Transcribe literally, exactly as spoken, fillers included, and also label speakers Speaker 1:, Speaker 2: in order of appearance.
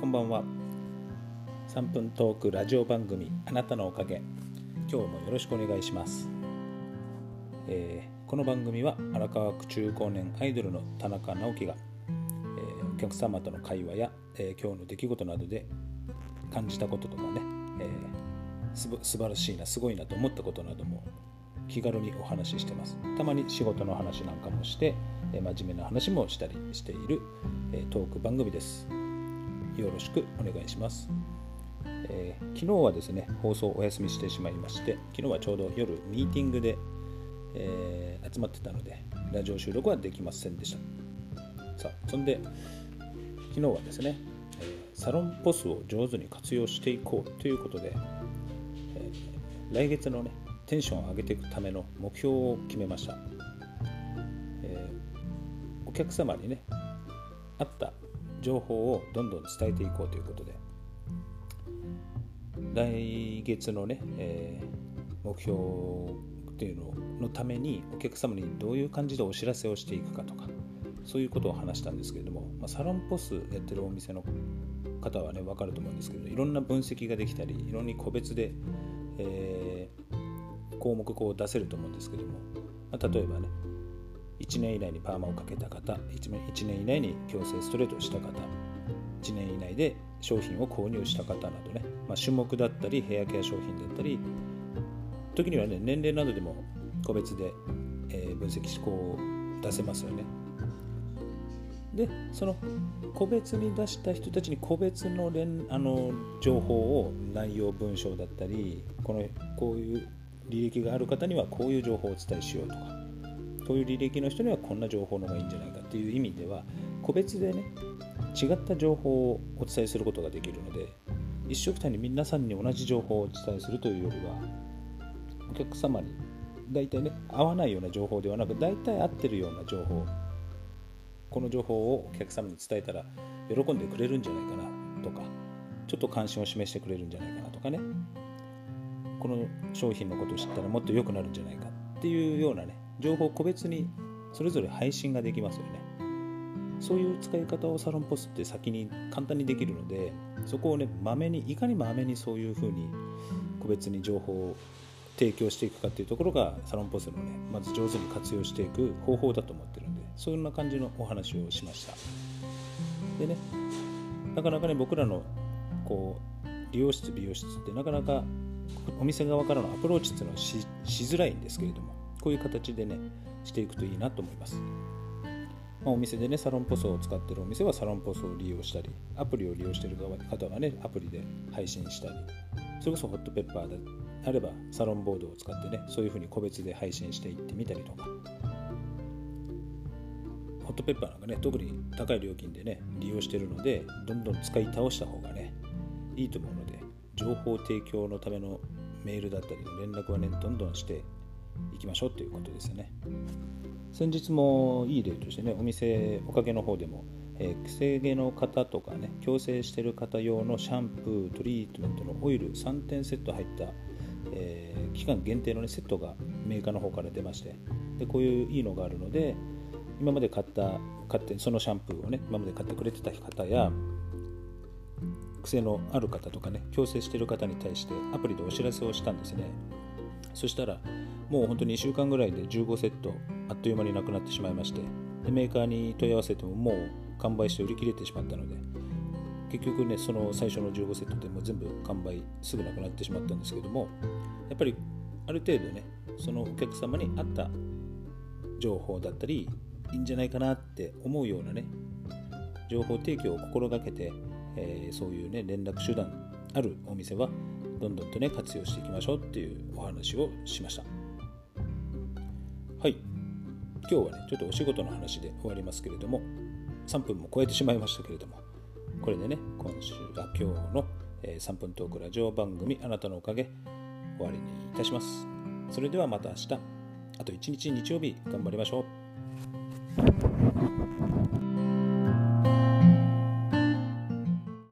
Speaker 1: んばんは。さんぷんトークラジオ番組あなたのおかげ、今日もよろしくお願いします。えー、この番組は荒川区中高年アイドルの田中直樹が、えー、お客様との会話や、えー、今日の出来事などで感じたこととかね、えー、す, 素晴らしいなすごいなと思ったことなども気軽にお話ししてます。たまに仕事の話なんかもして、えー、真面目な話もしたりしている、えー、トーク番組です。よろしくお願いします。えー、昨日はですね放送お休みしてしまいまして、昨日はちょうど夜ミーティングで、えー、集まってたのでラジオ収録はできませんでした。さあそんで昨日はですね、えー、サロンポスを上手に活用していこうということで、えー、来月のねテンションを上げていくための目標を決めました。えー、お客様にねあった情報をどんどん伝えていこうということで、来月のね、えー、目標っていうののためにお客様にどういう感じでお知らせをしていくかとか、そういうことを話したんですけれども、まあ、サロンポスやってるお店の方はね分かると思うんですけど、いろんな分析ができたり、いろんな個別で、えー項目こう出せると思うんですけども、まあ、例えばねいちねん以内にパーマをかけた方、いちねん以内に矯正ストレートをした方、いちねん以内で商品を購入した方などね、まあ、種目だったりヘアケア商品だったり、時にはね年齢などでも個別で、えー、分析してこう出せますよね。でその個別に出した人たちに個別の連あの情報を内容文章だったり、このこういう履歴がある方にはこういう情報をお伝えしようとか、こういう履歴の人にはこんな情報の方がいいんじゃないかっていう意味では、個別でね違った情報をお伝えすることができるので、一緒くたに皆さんに同じ情報をお伝えするというよりは、お客様に大体ね合わないような情報ではなく、大体合ってるような情報、この情報をお客様に伝えたら喜んでくれるんじゃないかなとか、ちょっと関心を示してくれるんじゃないかなとかね、この商品のことを知ったらもっと良くなるんじゃないかっていうようなね情報を個別にそれぞれ配信ができますよね。そういう使い方をサロンポスって先に簡単にできるので、そこをねまめにいかにまめにそういうふうに個別に情報を提供していくかっていうところがサロンポスのねまず上手に活用していく方法だと思ってるんで、そんな感じのお話をしました。でね、なかなかね僕らのこう理容室美容室ってなかなかお店側からのアプローチっていうのは し, しづらいんですけれども、こういう形でねしていくといいなと思います。まあ、お店でねサロンポスを使っているお店はサロンポスを利用したり、アプリを利用している方はねアプリで配信したり、それこそホットペッパーであればサロンボードを使ってねそういうふうに個別で配信していってみたりとか、ホットペッパーなんかね特に高い料金でね利用しているので、どんどん使い倒した方がねいいと思うので、情報提供のためのメールだったりの連絡はねどんどんしていきましょうということですよね。先日もいい例としてね、お店おかげの方でも、えー、くせ毛の方とかね矯正してる方用のシャンプートリートメントのオイルさんてんセット入った、えー、期間限定の、ね、セットがメーカーの方から出まして、でこういういいのがあるので、今まで買った買ってそのシャンプーをね今まで買ってくれてた方や癖のある方とかね矯正している方に対してアプリでお知らせをしたんですね。そしたらもう本当ににしゅうかんぐらいでじゅうごセットあっという間になくなってしまいまして、でメーカーに問い合わせてももう完売して売り切れてしまったので、結局ねその最初のじゅうごセットでも全部完売すぐなくなってしまったんですけども、やっぱりある程度ねそのお客様に合った情報だったりいいんじゃないかなって思うようなね情報提供を心がけて、えー、そういうね連絡手段あるお店はどんどんとね活用していきましょうっていうお話をしました。はい、今日はねちょっとお仕事の話で終わりますけれども、さんぷんも超えてしまいましたけれども、これでね今週あ今日の、えー、さんぷんトークラジオ番組あなたのおかげ終わりにいたします。それではまた明日、あといちにち日曜日頑張りましょう。